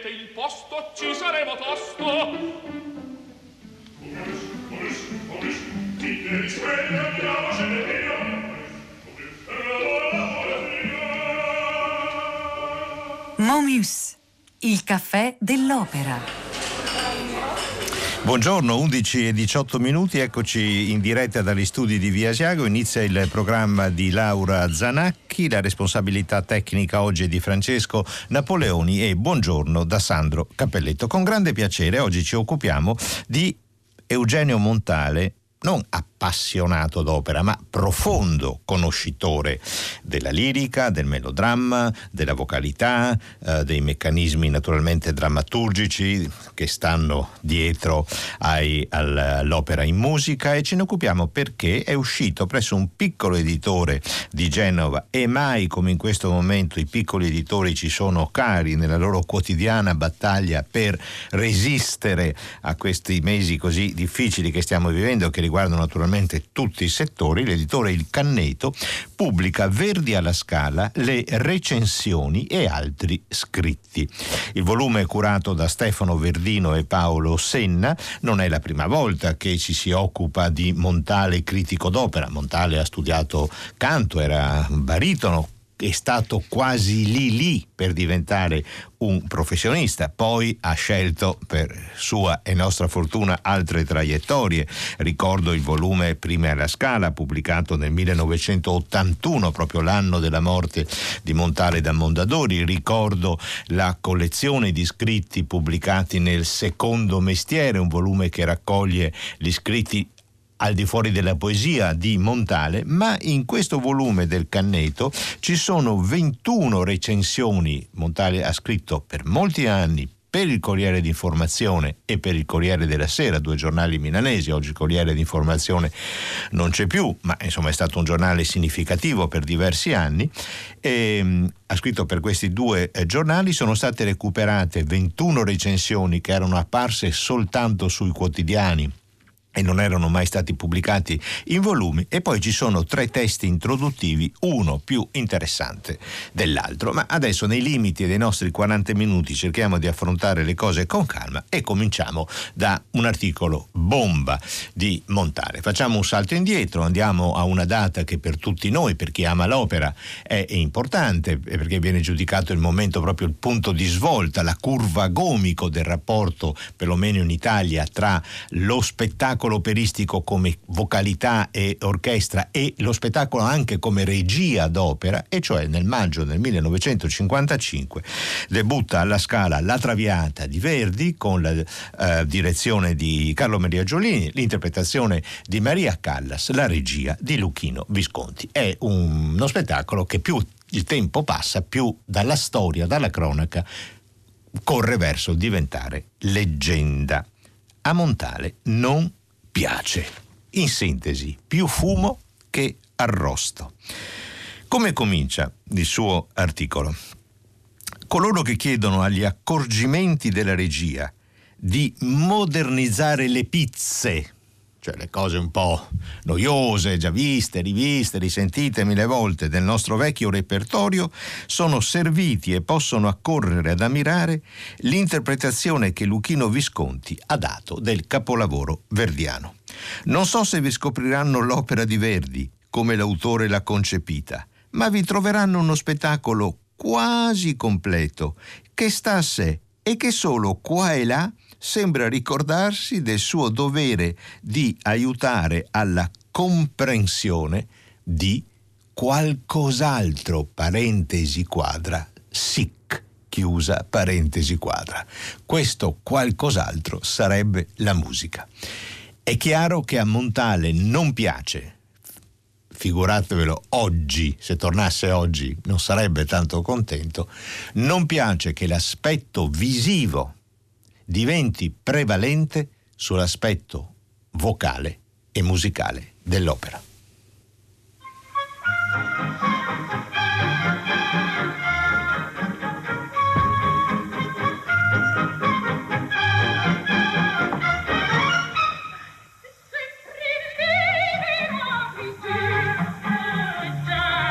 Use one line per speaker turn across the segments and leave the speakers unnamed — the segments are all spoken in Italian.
cedete il posto, ci saremo tosto. Ti devi svegliare, andiamo, scende via.
Momus, il caffè dell'opera.
Buongiorno, 11:18, eccoci in diretta dagli studi di Via Asiago. Inizia il programma di Laura Zanacchi, la responsabilità tecnica oggi è di Francesco Napoleoni e buongiorno da Sandro Cappelletto. Con grande piacere oggi ci occupiamo di Eugenio Montale, non appassionato d'opera, ma profondo conoscitore della lirica, del melodramma, della vocalità, dei meccanismi naturalmente drammaturgici che stanno dietro all'opera in musica, e ce ne occupiamo perché è uscito presso un piccolo editore di Genova, e mai come in questo momento i piccoli editori ci sono cari nella loro quotidiana battaglia per resistere a questi mesi così difficili che stiamo vivendo, che riguardano naturalmente tutti i settori. L'editore Il Canneto pubblica Verdi alla Scala, le recensioni e altri scritti. Il volume è curato da Stefano Verdino e Paolo Senna. Non è la prima volta che ci si occupa di Montale, critico d'opera. Montale ha studiato canto, era baritono, è stato quasi lì per diventare un professionista, poi ha scelto per sua e nostra fortuna altre traiettorie. Ricordo il volume Prime alla Scala, pubblicato nel 1981, proprio l'anno della morte di Montale da Mondadori. Ricordo la collezione di scritti pubblicati nel Secondo Mestiere, un volume che raccoglie gli scritti al di fuori della poesia di Montale, ma in questo volume del Canneto ci sono 21 recensioni. Montale ha scritto per molti anni per il Corriere d'Informazione e per il Corriere della Sera, due giornali milanesi. Oggi il Corriere d'Informazione non c'è più, ma insomma è stato un giornale significativo per diversi anni. Ha scritto per questi due giornali, sono state recuperate 21 recensioni che erano apparse soltanto sui quotidiani e non erano mai stati pubblicati in volumi, e poi ci sono 3 testi introduttivi, uno più interessante dell'altro. Ma adesso, nei limiti dei nostri 40 minuti, cerchiamo di affrontare le cose con calma e cominciamo da un articolo bomba di Montale. Facciamo un salto indietro, andiamo a una data che per tutti noi, per chi ama l'opera, è importante, perché viene giudicato il momento, proprio il punto di svolta, la curva a gomito del rapporto, perlomeno in Italia, tra lo spettacolo operistico come vocalità e orchestra e lo spettacolo anche come regia d'opera, e cioè nel maggio del 1955 debutta alla Scala La Traviata di Verdi con la direzione di Carlo Maria Giolini, l'interpretazione di Maria Callas, la regia di Luchino Visconti. È uno spettacolo che più il tempo passa, più dalla storia, dalla cronaca, corre verso il diventare leggenda. A Montale non piace. In sintesi, più fumo che arrosto. Come comincia il suo articolo? Coloro che chiedono agli accorgimenti della regia di modernizzare le pizze, cioè le cose un po' noiose, già viste, riviste, risentite 1000 volte del nostro vecchio repertorio, sono serviti e possono accorrere ad ammirare l'interpretazione che Luchino Visconti ha dato del capolavoro verdiano. Non so se vi scopriranno l'opera di Verdi come l'autore l'ha concepita, ma vi troveranno uno spettacolo quasi completo, che sta a sé e che solo qua e là sembra ricordarsi del suo dovere di aiutare alla comprensione di qualcos'altro, parentesi quadra, sic, chiusa parentesi quadra. Questo qualcos'altro sarebbe la musica. È chiaro che a Montale non piace, figuratevelo oggi, se tornasse oggi non sarebbe tanto contento, non piace che l'aspetto visivo diventi prevalente sull'aspetto vocale e musicale dell'opera.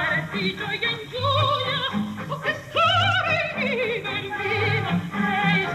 Gioia in gioia, o che storia vive in vino,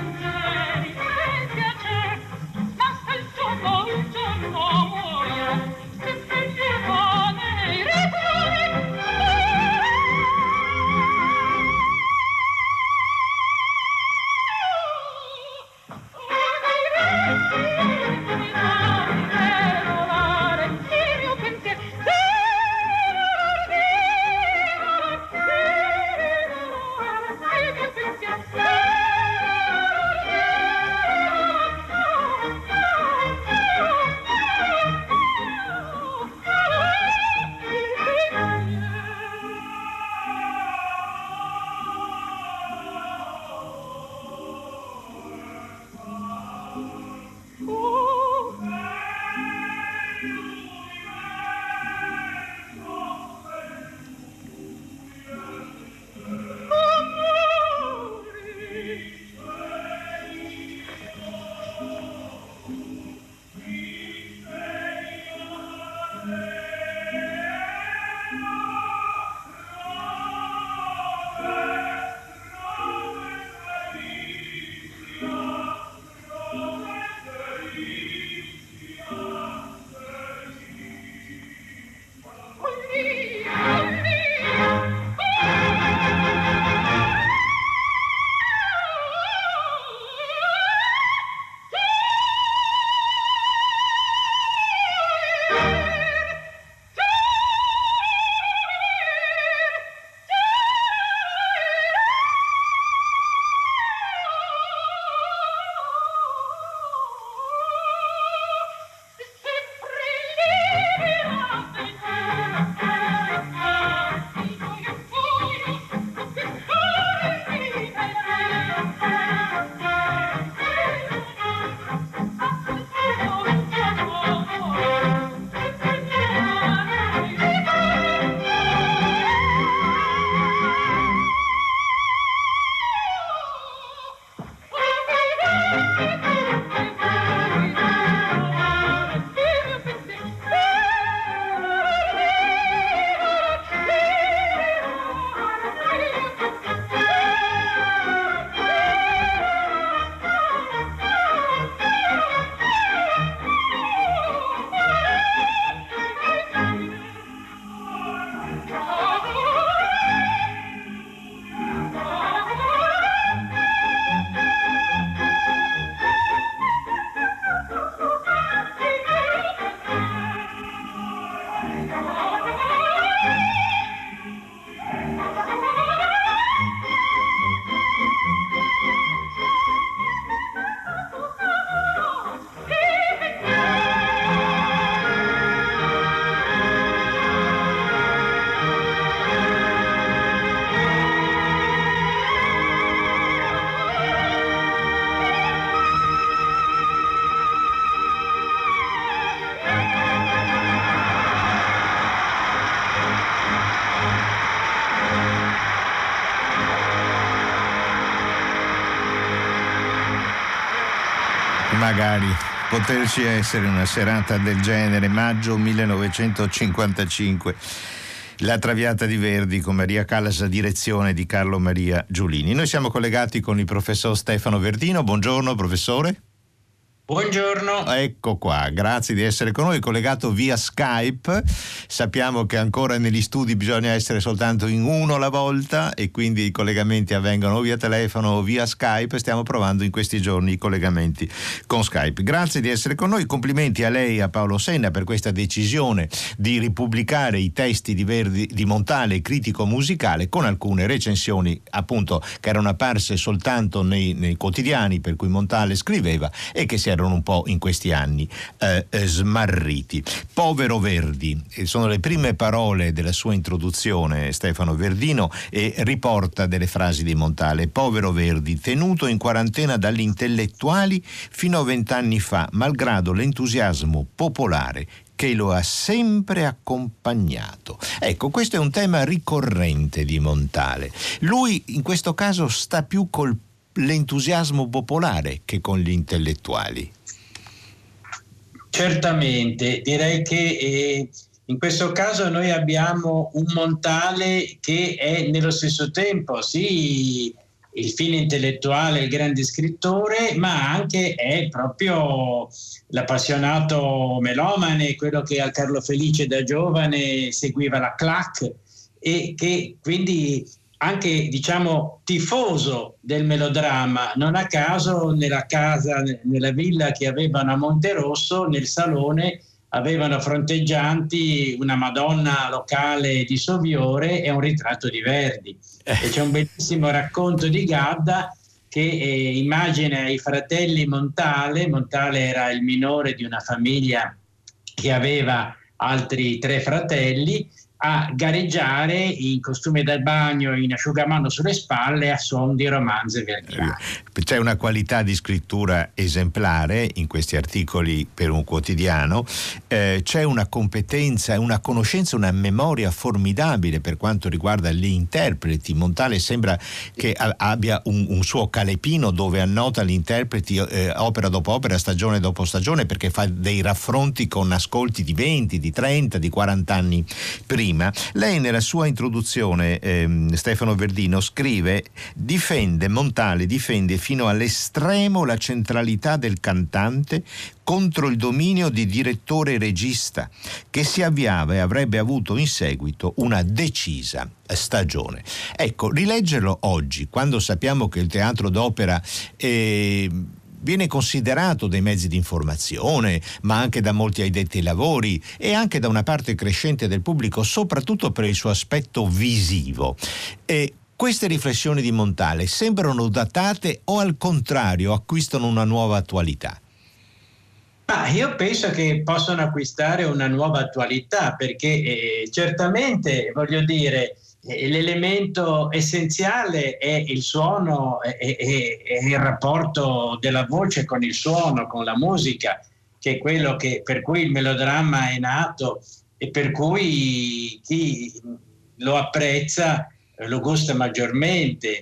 Magari poterci essere una serata del genere, maggio 1955. La Traviata di Verdi con Maria Callas a direzione di Carlo Maria Giulini. Noi siamo collegati con il professor Stefano Verdino. Buongiorno professore.
Buongiorno.
Ecco qua, grazie di essere con noi, collegato via Skype. Sappiamo che ancora negli studi bisogna essere soltanto in uno alla volta e quindi i collegamenti avvengono o via telefono o via Skype. Stiamo provando in questi giorni i collegamenti con Skype. Grazie di essere con noi, complimenti a lei e a Paolo Senna per questa decisione di ripubblicare i testi di Verdi, di Montale, critico musicale, con alcune recensioni appunto che erano apparse soltanto nei quotidiani per cui Montale scriveva e che si erano un po' in questi anni smarriti. Povero Verdi, sono le prime parole della sua introduzione, Stefano Verdino, e riporta delle frasi di Montale. Povero Verdi, tenuto in quarantena dagli intellettuali fino a 20 anni fa, malgrado l'entusiasmo popolare che lo ha sempre accompagnato. Ecco, questo è un tema ricorrente di Montale. Lui in questo caso sta più col l'entusiasmo popolare che con gli intellettuali.
Certamente, direi che in questo caso noi abbiamo un Montale che è nello stesso tempo sì il fine intellettuale, il grande scrittore, ma anche è proprio l'appassionato melomane, quello che a Carlo Felice da giovane seguiva la clac e che quindi anche diciamo tifoso del melodramma. Non a caso nella casa, nella villa che avevano a Monterosso, nel salone avevano fronteggianti una Madonna locale di Soviore e un ritratto di Verdi. E c'è un bellissimo racconto di Gadda che immagina i fratelli Montale. Montale era il minore di una famiglia che aveva altri 3 fratelli, a gareggiare in costume da bagno, in asciugamano sulle spalle, a suon di romanze verdiane.
C'è una qualità di scrittura esemplare in questi articoli per un quotidiano, c'è una competenza, una conoscenza, una memoria formidabile per quanto riguarda gli interpreti. Montale sembra che abbia un suo calepino dove annota gli interpreti opera dopo opera, stagione dopo stagione, perché fa dei raffronti con ascolti di 20, di 30, di 40 anni prima. Lei nella sua introduzione, Stefano Verdino, scrive: Montale difende fino all'estremo la centralità del cantante contro il dominio di direttore e regista che si avviava e avrebbe avuto in seguito una decisa stagione. Ecco, rileggerlo oggi, quando sappiamo che il teatro d'opera viene considerato dai mezzi di informazione, ma anche da molti addetti ai lavori e anche da una parte crescente del pubblico, soprattutto per il suo aspetto visivo. E queste riflessioni di Montale sembrano datate o al contrario acquistano una nuova attualità?
Io penso che possono acquistare una nuova attualità perché certamente, voglio dire, l'elemento essenziale è il suono e il rapporto della voce con il suono, con la musica, che è quello per cui il melodramma è nato e per cui chi lo apprezza lo gusta maggiormente.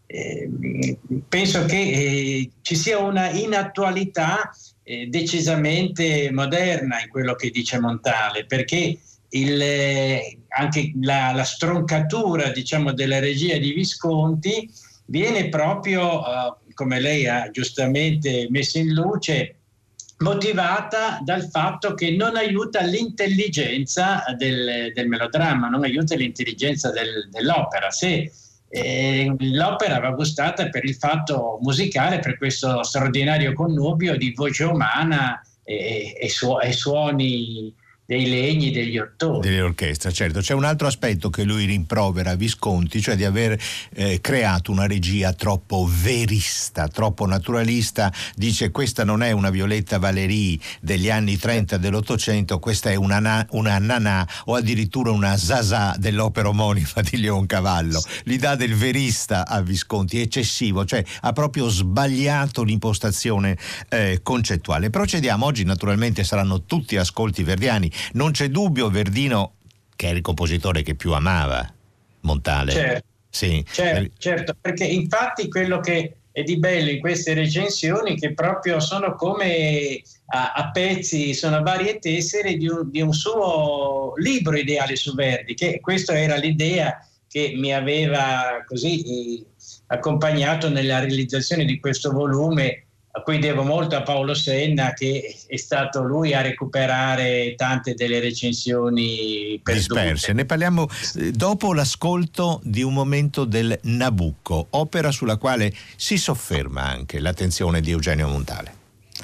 Penso che ci sia una inattualità decisamente moderna in quello che dice Montale, perché anche la stroncatura, diciamo, della regia di Visconti viene proprio, come lei ha giustamente messo in luce, motivata dal fatto che non aiuta l'intelligenza del melodramma, non aiuta l'intelligenza dell'opera. Se l'opera va gustata per il fatto musicale, per questo straordinario connubio di voce umana e suoni dei legni, degli ottoni.
Delle orchestre, certo. C'è un altro aspetto che lui rimprovera a Visconti, cioè di aver creato una regia troppo verista, troppo naturalista. Dice: questa non è una Violetta Valéry degli anni 30 dell'Ottocento, questa è una Nanà o addirittura una Zazà dell'opera omonima di Leoncavallo. Gli dà del verista a Visconti, eccessivo, cioè ha proprio sbagliato l'impostazione concettuale. Procediamo. Oggi naturalmente saranno tutti ascolti verdiani. Non c'è dubbio, Verdino, che era il compositore che più amava Montale.
Certo,
sì.
certo, perché infatti quello che e di bello in queste recensioni che proprio sono come a pezzi, sono varie tessere di un suo libro ideale su Verdi, che questa era l'idea che mi aveva così accompagnato nella realizzazione di questo volume, a cui devo molto a Paolo Senna, che è stato lui a recuperare tante delle recensioni
disperse. Ne parliamo dopo l'ascolto di un momento del Nabucco, opera sulla quale si sofferma anche l'attenzione di Eugenio Montale.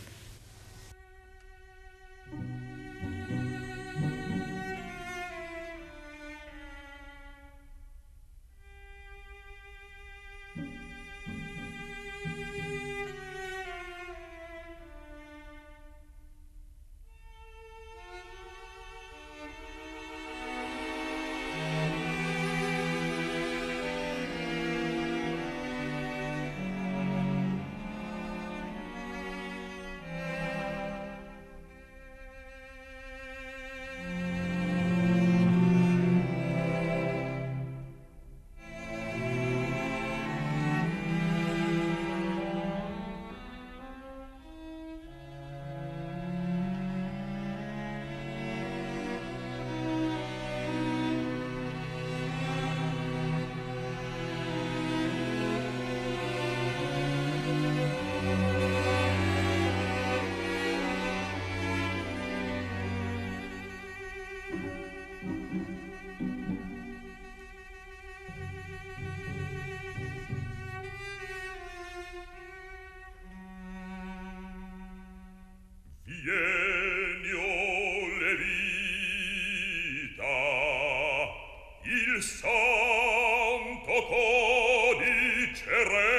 Il santo codice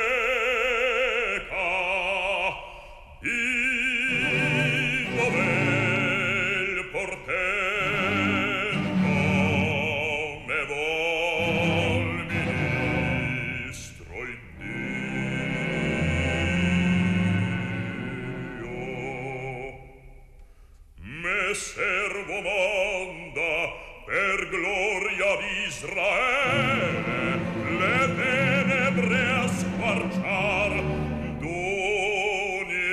reca il novel portento me vol ministro in Dio me servo manda per gloria d'Israele le tenebre a squarciar d'ogni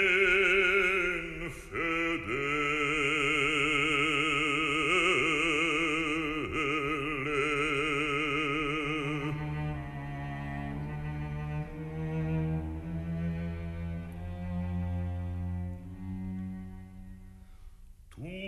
infedele. Tu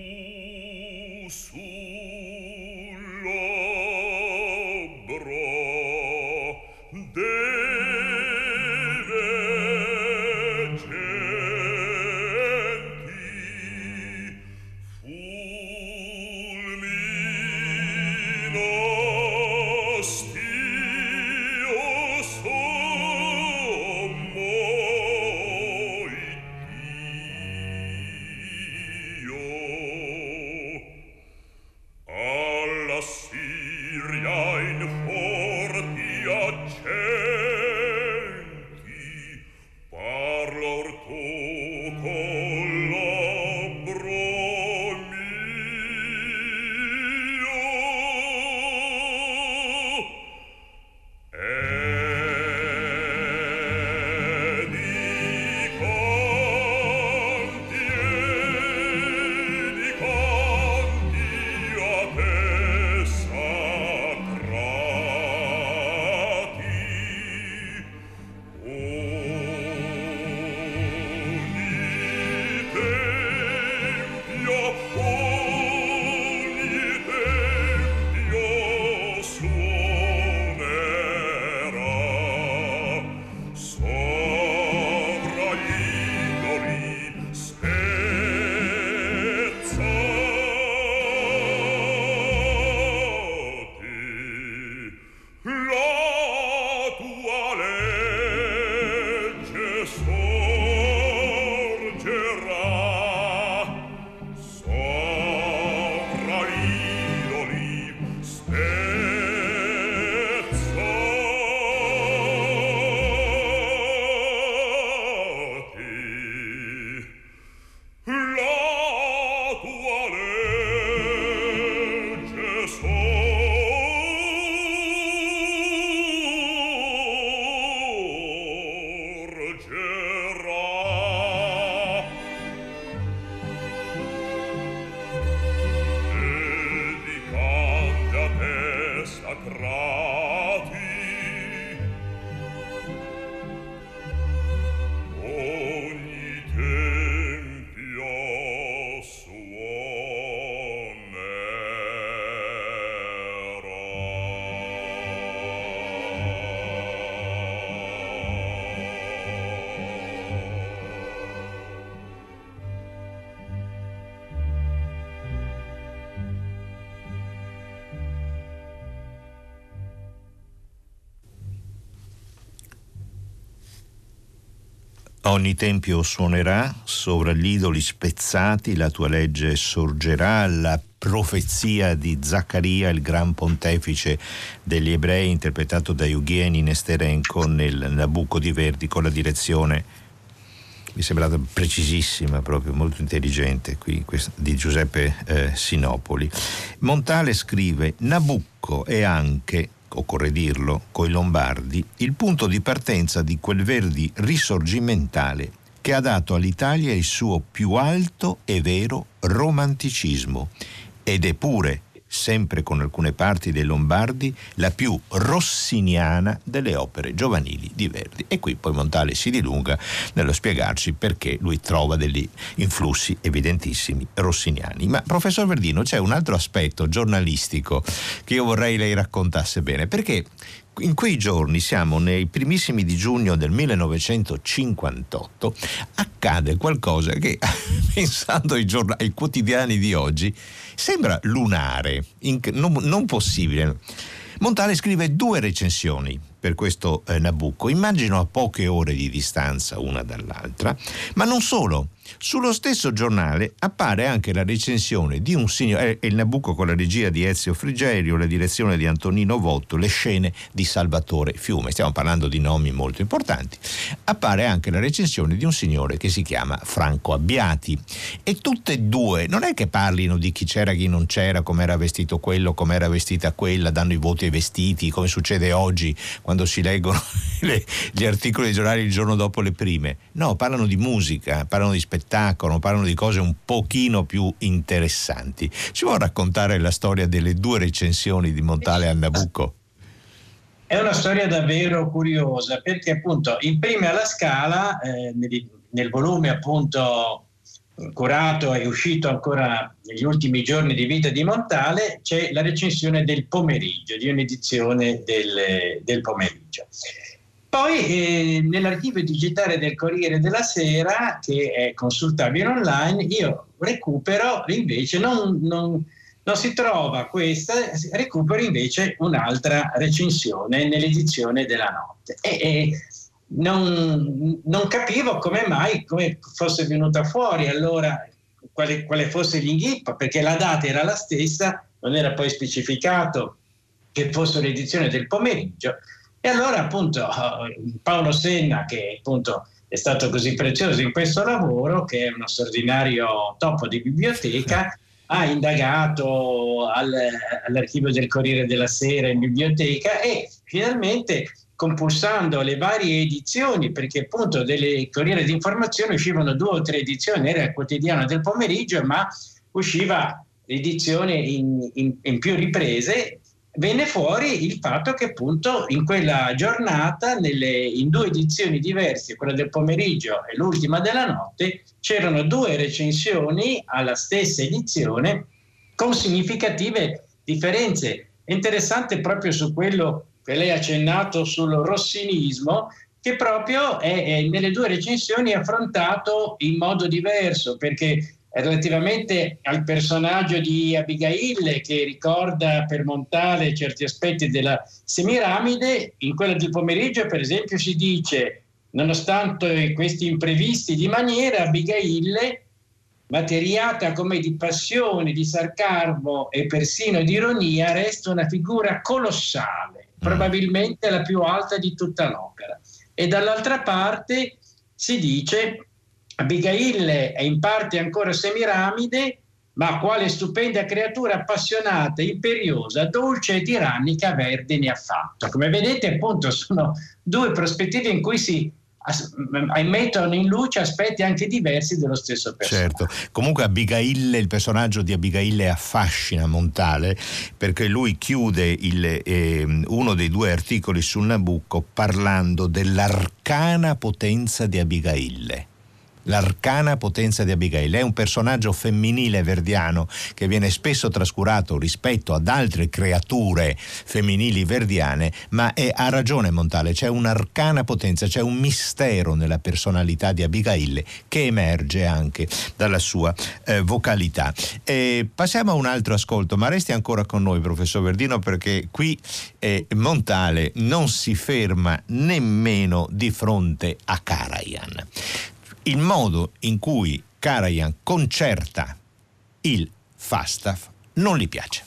Ogni tempio suonerà, sovra gli idoli spezzati la tua legge sorgerà, la profezia di Zaccaria, il gran pontefice degli ebrei, interpretato da Eugenio Nesterenko nel Nabucco di Verdi, con la direzione, mi è sembrata precisissima, proprio molto intelligente, qui di Giuseppe Sinopoli. Montale scrive: Nabucco è anche, occorre dirlo, coi Lombardi, il punto di partenza di quel Verdi risorgimentale che ha dato all'Italia il suo più alto e vero romanticismo, ed è pure, sempre con alcune parti dei Lombardi, la più rossiniana delle opere giovanili di Verdi. E qui poi Montale si dilunga nello spiegarci perché lui trova degli influssi evidentissimi rossiniani. Ma professor Verdino, c'è un altro aspetto giornalistico che io vorrei lei raccontasse bene, perché in quei giorni, siamo nei primissimi di giugno del 1958, accade qualcosa che, pensando ai quotidiani di oggi, sembra lunare, non possibile. Montale scrive 2 recensioni per questo Nabucco, immagino a poche ore di distanza una dall'altra, ma non solo. Sullo stesso giornale appare anche la recensione di un signore, il Nabucco con la regia di Ezio Frigerio, la direzione di Antonino Votto, le scene di Salvatore Fiume. Stiamo parlando di nomi molto importanti. Appare anche la recensione di un signore che si chiama Franco Abbiati. E tutte e due non è che parlino di chi c'era, chi non c'era, come era vestito quello, come era vestita quella, danno i voti ai vestiti, come succede oggi quando si leggono gli articoli dei giornali il giorno dopo le prime. No, parlano di musica, parlano di spettacolo, parlano di cose un pochino più interessanti. Ci vuoi raccontare la storia delle 2 recensioni di Montale al Nabucco?
È una storia davvero curiosa, perché appunto in prima alla Scala, nel volume appunto curato e uscito ancora negli ultimi giorni di vita di Montale, c'è la recensione del pomeriggio, di un'edizione del pomeriggio. Poi nell'archivio digitale del Corriere della Sera, che è consultabile online, io recupero invece, non si trova questa, recupero invece un'altra recensione nell'edizione della notte. Non capivo come fosse venuta fuori allora, quale fosse l'inghippo, perché la data era la stessa, non era poi specificato che fosse l'edizione del pomeriggio. E allora appunto Paolo Senna, che appunto è stato così prezioso in questo lavoro, che è uno straordinario topo di biblioteca, ha indagato all'archivio del Corriere della Sera in biblioteca e finalmente, compulsando le varie edizioni, perché appunto delle Corriere di Informazione uscivano 2 o 3 edizioni, era il quotidiano del pomeriggio, ma usciva l'edizione in più riprese, venne fuori il fatto che appunto in quella giornata, in 2 edizioni diverse, quella del pomeriggio e l'ultima della notte, c'erano 2 recensioni alla stessa edizione con significative differenze. È interessante proprio su quello che lei ha accennato sul rossinismo, che proprio è nelle 2 recensioni affrontato in modo diverso, perché relativamente al personaggio di Abigail, che ricorda per Montale certi aspetti della Semiramide, in quella del pomeriggio per esempio si dice: nonostante questi imprevisti di maniera, Abigail, materiata come di passione, di sarcasmo e persino di ironia, resta una figura colossale, probabilmente la più alta di tutta l'opera. E dall'altra parte si dice: Abigail è in parte ancora Semiramide, ma quale stupenda creatura appassionata, imperiosa, dolce e tirannica Verdi ne ha fatto. Come vedete, appunto, sono 2 prospettive in cui si mettono in luce aspetti anche diversi dello stesso personaggio.
Certo, comunque Abigail, il personaggio di Abigail affascina Montale, perché lui chiude uno dei 2 articoli sul Nabucco parlando dell'arcana potenza di Abigail. L'arcana potenza di Abigail è un personaggio femminile verdiano che viene spesso trascurato rispetto ad altre creature femminili verdiane, ma ha ragione Montale, c'è un'arcana potenza, c'è un mistero nella personalità di Abigail che emerge anche dalla sua vocalità. Passiamo a un altro ascolto, ma resti ancora con noi, professor Verdino, perché qui Montale non si ferma nemmeno di fronte a Karajan. Il modo in cui Karajan concerta il Falstaff non gli piace.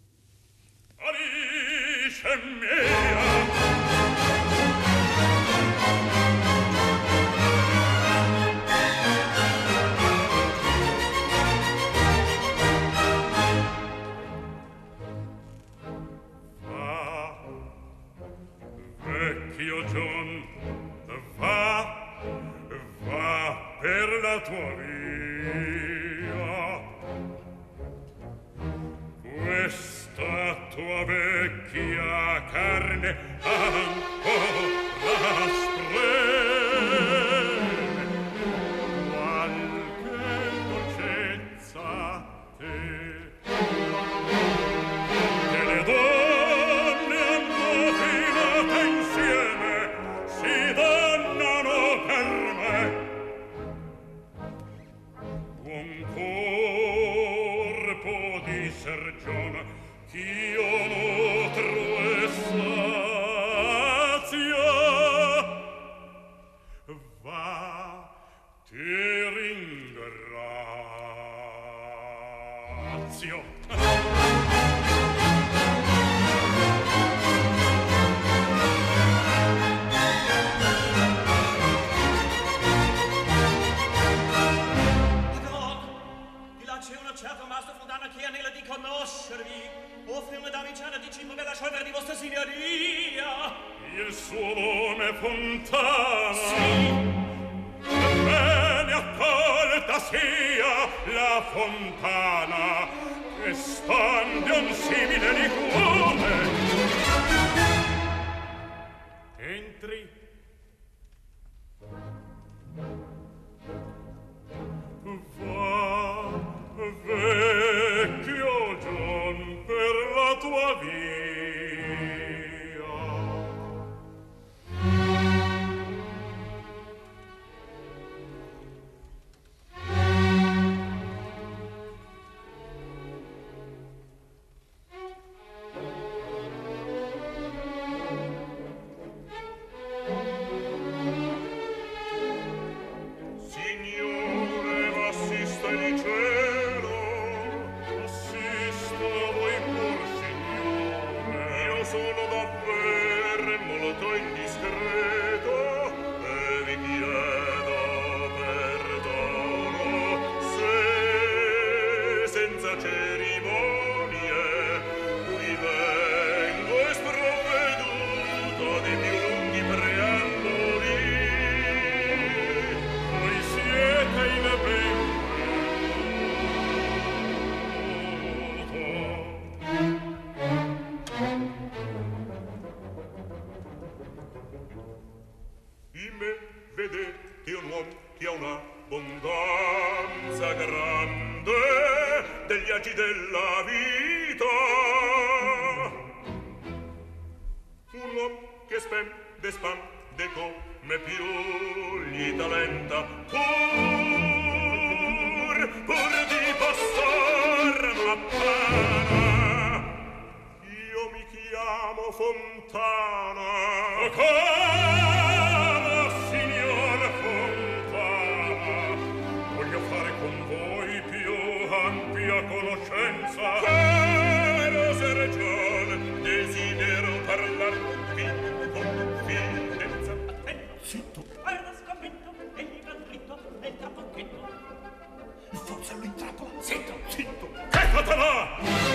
Alice mia, vecchio John, va per la tua via. Questa tua vecchia carne ancora spreme, qualche dolcezza te, che le donne ammofinate insieme si donnano per me. Buon corpo di Sir John, ch'io nutro e sazio, va, ti ringrazio.
C'è una certa mastro Fontana che anela di conoscervi. Offre una damigella di cibo per la sciolvere di vostra signoria.
Il suo nome Fontana.
Sì.
Bene accolta sia la fontana che spande un simile liquore. Entri. Va, vecchio John, per la tua via. Signore, assista il cielo, assista voi pur, signore. Io sono davvero molto indiscreto e vi chiedo perdono se senza cerimonie qui vengo sprovveduto dei più lunghi preamboli. Voi siete il in me vedete un uomo che ha una abbondanza grande degli agi della vita, un uomo che spende come più gli talenta, pur di passar la pena. Io mi chiamo Fontana. Caro signor Fontana, voglio fare con voi più ampia conoscenza. Caro Sir John, desidero parlar con confidenza.
Zitto. Era scommetto, egli va dritto nel trabocchetto. Forse lui trappola. Zitto.
Zitto! Che fate là?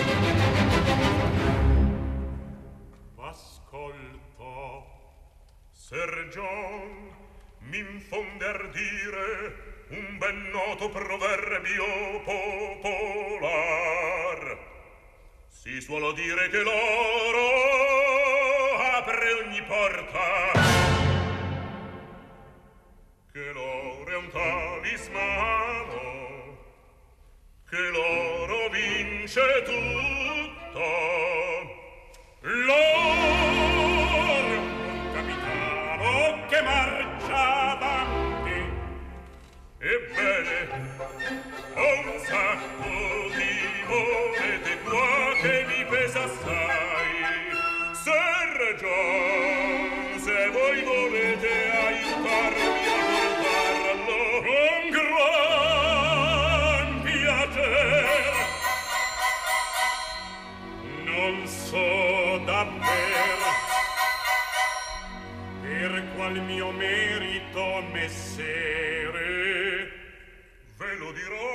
Ascolta, Sir John, m'infonde ardire un ben noto proverbio popolar. Si suol dire che l'oro apre ogni porta, che l'oro è un tal talismano che l'oro vince tutto. L'oro, un capitano che marcia avanti. Ebbene, ho un sacco di monete qua che mi pesa assai. Sir John, se voi volete aiutarmi a portarlo con gran piacere, non so davvero per qual mio merito, messere, ve lo dirò.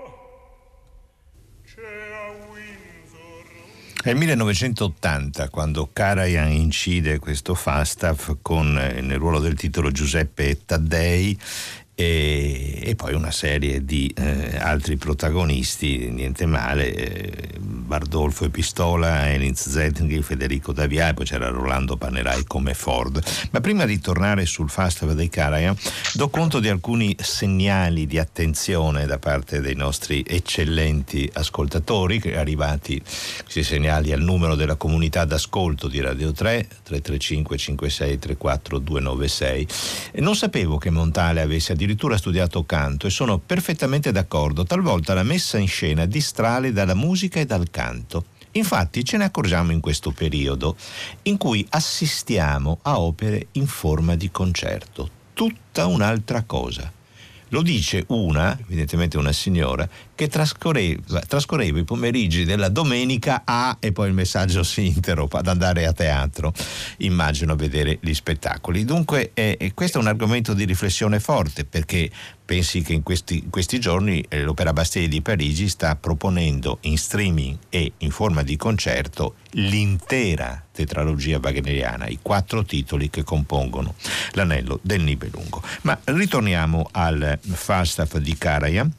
C'è a Windsor.
È il 1980 quando Karajan incide questo Falstaff con nel ruolo del titolo Giuseppe Taddei e poi una serie di altri protagonisti, niente male, Bardolfo e Pistola, Enid Zetkin, Federico D'Avia, e poi c'era Rolando Panerai come Ford. Ma prima di tornare sul Falstaff dei Karajan, do conto di alcuni segnali di attenzione da parte dei nostri eccellenti ascoltatori, che arrivati questi segnali al numero della comunità d'ascolto di Radio 3, 335 56 34 296. E non sapevo che Montale avesse addirittura studiato canto e sono perfettamente d'accordo. Talvolta la messa in scena distrae dalla musica e dal canto. Infatti ce ne accorgiamo in questo periodo in cui assistiamo a opere in forma di concerto, tutta un'altra cosa. Lo dice evidentemente una signora, che trascorreva i pomeriggi della domenica e poi il messaggio si interrompe ad andare a teatro, immagino, a vedere gli spettacoli. Dunque questo è un argomento di riflessione forte, perché pensi che in questi giorni l'Opéra Bastille di Parigi sta proponendo in streaming e in forma di concerto l'intera tetralogia wagneriana, i 4 titoli che compongono l'Anello del Nibelungo. Ma ritorniamo al Falstaff di Karajan.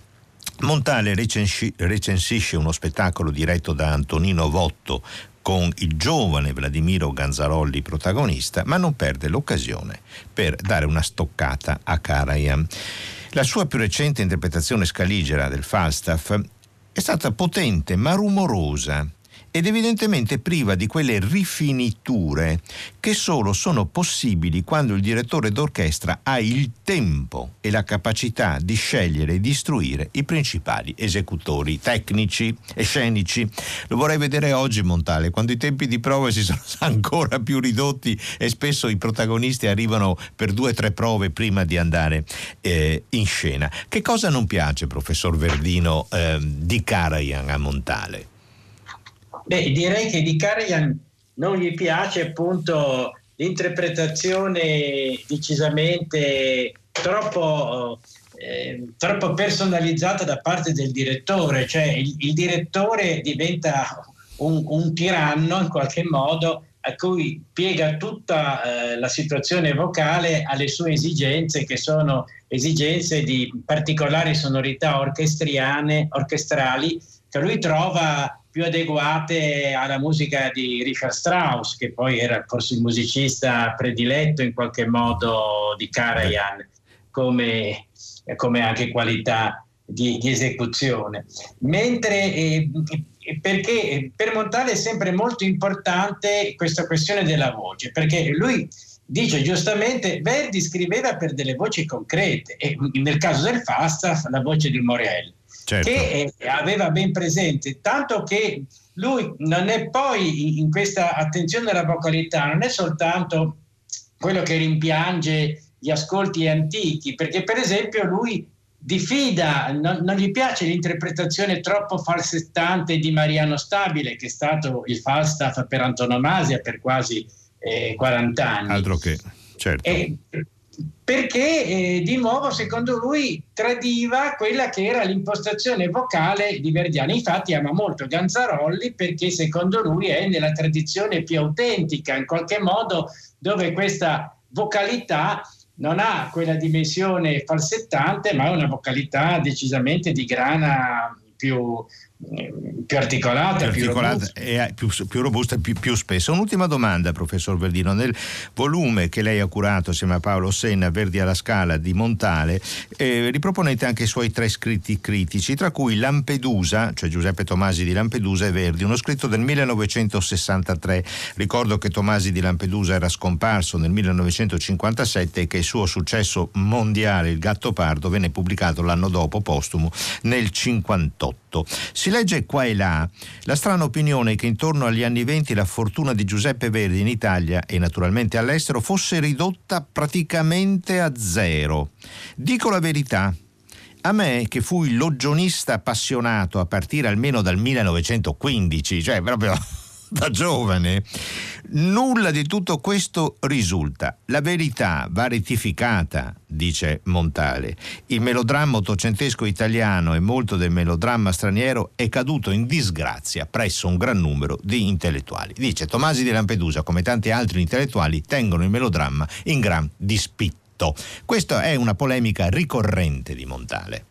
Montale recensisce uno spettacolo diretto da Antonino Votto con il giovane Vladimiro Ganzarolli protagonista, ma non perde l'occasione per dare una stoccata a Karajan. La sua più recente interpretazione scaligera del Falstaff è stata potente ma rumorosa ed evidentemente priva di quelle rifiniture che solo sono possibili quando il direttore d'orchestra ha il tempo e la capacità di scegliere e di istruire i principali esecutori tecnici e scenici. Lo vorrei vedere oggi, Montale, quando i tempi di prova si sono ancora più ridotti e spesso i protagonisti arrivano per 2 o 3 prove prima di andare in scena. Che cosa non piace, professor Verdino, di Karajan a Montale?
Beh, direi che di Karajan non gli piace appunto l'interpretazione decisamente troppo personalizzata da parte del direttore, cioè il direttore diventa un tiranno in qualche modo, a cui piega tutta la situazione vocale alle sue esigenze, che sono esigenze di particolari sonorità orchestrali che lui trova più adeguate alla musica di Richard Strauss, che poi era forse il musicista prediletto in qualche modo di Karajan, come anche qualità di esecuzione. Mentre perché per Montale è sempre molto importante questa questione della voce, perché lui dice giustamente Verdi scriveva per delle voci concrete, e nel caso del Falstaff la voce di Morel, certo, che aveva ben presente, tanto che lui non è poi in questa attenzione alla vocalità, non è soltanto quello che rimpiange gli ascolti antichi, perché per esempio lui diffida, non gli piace l'interpretazione troppo falsettante di Mariano Stabile, che è stato il Falstaff per antonomasia per quasi 40 anni.
Altro che, certo.
Perché di nuovo secondo lui tradiva quella che era l'impostazione vocale di Verdiani. Infatti ama molto Ganzarolli perché secondo lui è nella tradizione più autentica, in qualche modo, dove questa vocalità non ha quella dimensione falsettante, ma è una vocalità decisamente di grana più più articolata, più
robusta e più spessa. Un'ultima domanda, professor Verdino. Nel volume che lei ha curato assieme a Paolo Senna, Verdi alla Scala, di Montale, riproponete anche i suoi 3 scritti critici, tra cui Lampedusa, cioè Giuseppe Tomasi di Lampedusa e Verdi, uno scritto del 1963. Ricordo che Tomasi di Lampedusa era scomparso nel 1957 e che il suo successo mondiale, Il Gattopardo, venne pubblicato l'anno dopo, postumo, nel 58. Si legge qua e là la strana opinione che intorno agli anni 20 la fortuna di Giuseppe Verdi in Italia e naturalmente all'estero fosse ridotta praticamente a zero. Dico la verità. A me, che fui logionista appassionato a partire almeno dal 1915, cioè proprio da giovane, nulla di tutto questo risulta. La verità va rettificata, dice Montale. Il melodramma ottocentesco italiano e molto del melodramma straniero è caduto in disgrazia presso un gran numero di intellettuali. Dice Tomasi di Lampedusa, come tanti altri intellettuali, tengono il melodramma in gran dispitto. Questa è una polemica ricorrente di Montale.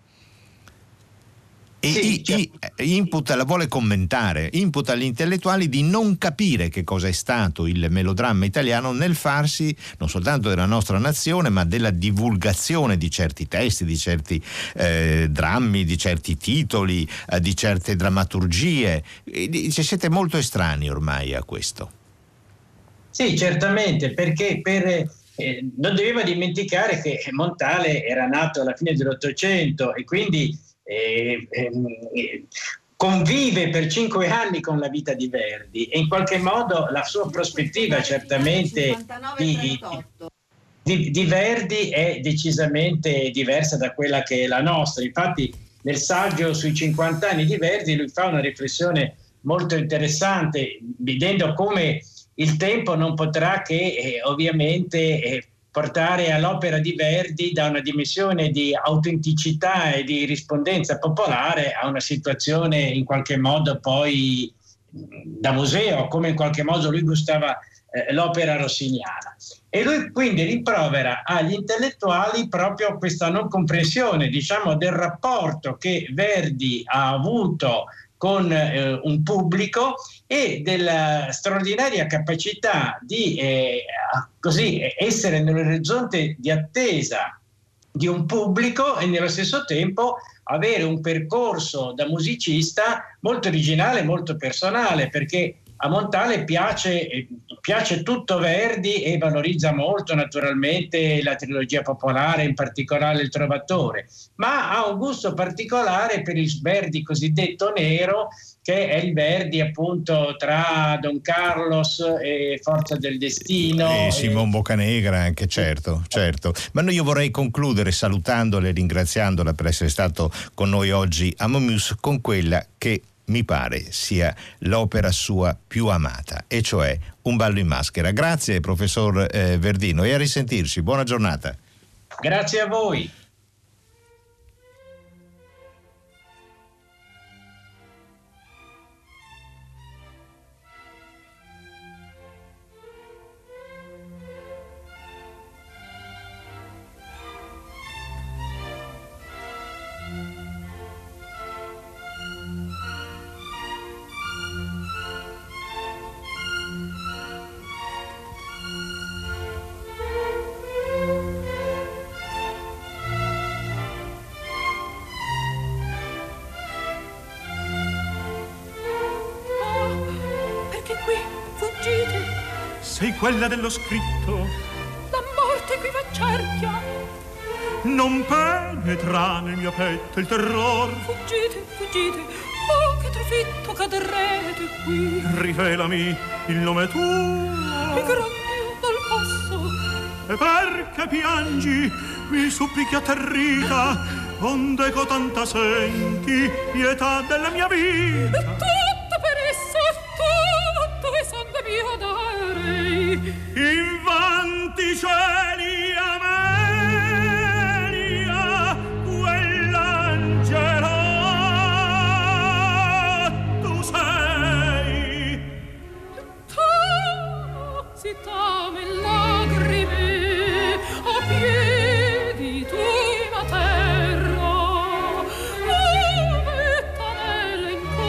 E imputa, la vuole commentare, imputa agli intellettuali di non capire che cosa è stato il melodramma italiano nel farsi non soltanto della nostra nazione, ma della divulgazione di certi testi, di certi drammi, di certi titoli, di certe drammaturgie. Siete molto estranei ormai a questo.
Sì, certamente, perché non doveva dimenticare che Montale era nato alla fine dell'Ottocento e quindi convive per 5 anni con la vita di Verdi e in qualche modo la sua prospettiva certamente di Verdi è decisamente diversa da quella che è la nostra. Infatti nel saggio sui 50 anni di Verdi lui fa una riflessione molto interessante, vedendo come il tempo non potrà che ovviamente portare all'opera di Verdi da una dimensione di autenticità e di rispondenza popolare a una situazione in qualche modo poi da museo, come in qualche modo lui gustava l'opera rossiniana. E lui quindi rimprovera agli intellettuali proprio questa non comprensione, diciamo, del rapporto che Verdi ha avuto con un pubblico e della straordinaria capacità di così essere nell'orizzonte di attesa di un pubblico e nello stesso tempo avere un percorso da musicista molto originale, molto personale, perché a Montale piace tutto Verdi e valorizza molto naturalmente la trilogia popolare, in particolare il Trovatore, ma ha un gusto particolare per il Verdi cosiddetto nero, che è il Verdi appunto tra Don Carlos e Forza del Destino.
E Simon Boccanegra anche, certo. Ma io vorrei concludere salutandola e ringraziandola per essere stato con noi oggi a Momus con quella che mi pare sia l'opera sua più amata, e cioè Un ballo in maschera. Grazie professor Verdino e a risentirci, buona giornata.
Grazie a voi.
Sei quella dello scritto,
la morte qui v'accerchia.
Non penetra nel mio petto il terror.
Fuggite, oh che trafitto cadrete qui.
Rivelami il nome tuo.
Il gran Dio dal passo.
E perché piangi, mi supplichi atterrita, onde cotanta senti pietà della mia vita.
E tutto per esso, tutto è sangue mio darei.
Invanti cieli Amelia, quell'angelo tu sei.
Si tame lagrime a piedi tui la terra, mettanelle in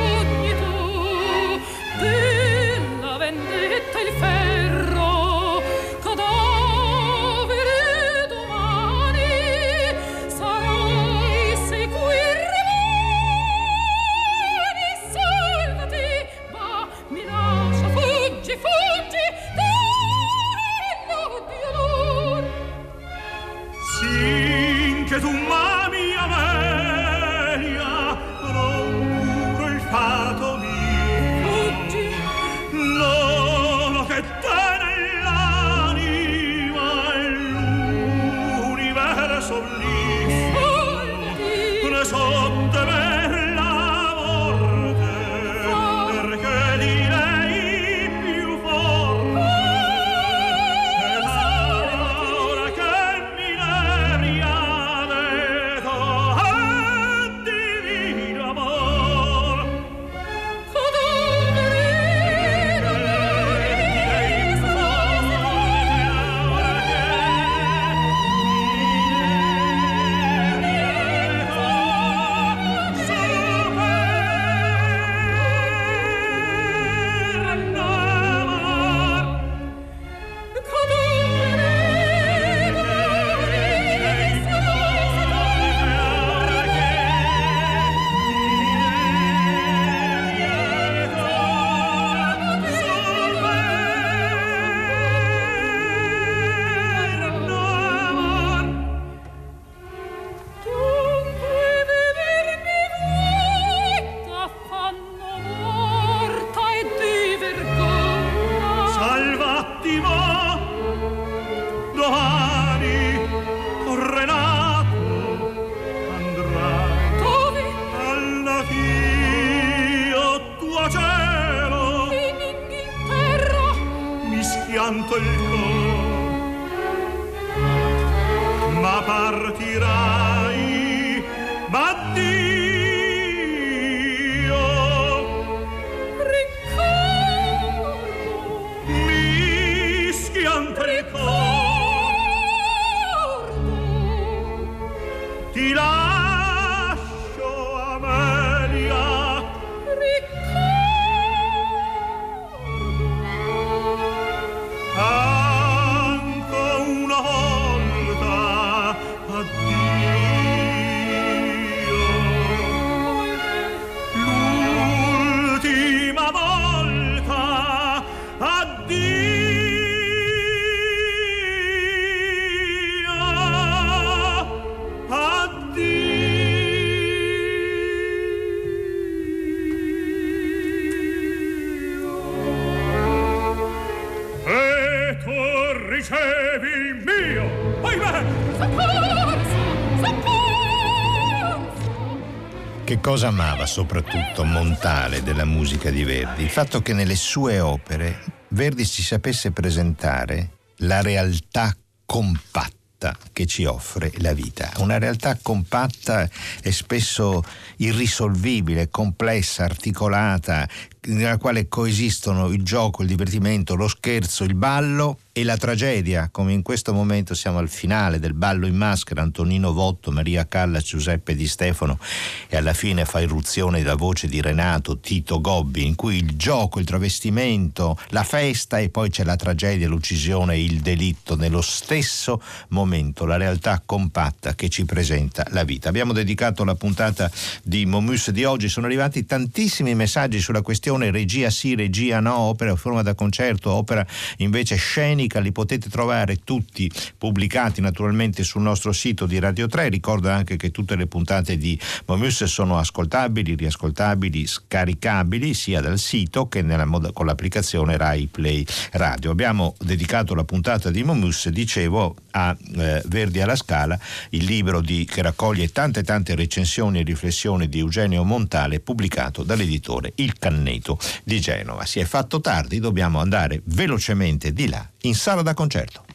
che tu m'ami, Amelia, non puro il fato mio.
Fuggi.
No, che te nell'anima e l'universo blisso ne sotto per la morte, perché di lei più forte ed ora che mi leria detto divino amor. Pianto il cor, ma partirai, ma Dio ricordo, mi schianta il cor, ti lascio, Amelia, anco una volta addio, l'ultima volta addio, e tu ricevi il mio, ahimè!
Che cosa amava soprattutto Montale della musica di Verdi? Il fatto che nelle sue opere Verdi ci sapesse presentare la realtà compatta che ci offre la vita. Una realtà compatta e spesso irrisolvibile, complessa, articolata, nella quale coesistono il gioco, il divertimento, lo scherzo, il ballo e la tragedia, come in questo momento siamo al finale del Ballo in maschera, Antonino Votto, Maria Callas, Giuseppe Di Stefano, e alla fine fa irruzione la voce di Renato Tito Gobbi, in cui il gioco, il travestimento, la festa e poi c'è la tragedia, l'uccisione, il delitto, nello stesso momento, la realtà compatta che ci presenta la vita. Abbiamo dedicato la puntata di Momus di oggi, sono arrivati tantissimi messaggi sulla questione regia sì, regia no, opera a forma da concerto, opera invece scenica, li potete trovare tutti pubblicati naturalmente sul nostro sito di Radio 3. Ricordo anche che tutte le puntate di Momus sono ascoltabili, riascoltabili, scaricabili sia dal sito che con l'applicazione Rai Play Radio. Abbiamo dedicato la puntata di Momus, dicevo, a Verdi alla Scala, il libro che raccoglie tante recensioni e riflessioni di Eugenio Montale, pubblicato dall'editore Il Canneto di Genova. Si è fatto tardi, dobbiamo andare velocemente di là in sala da concerto.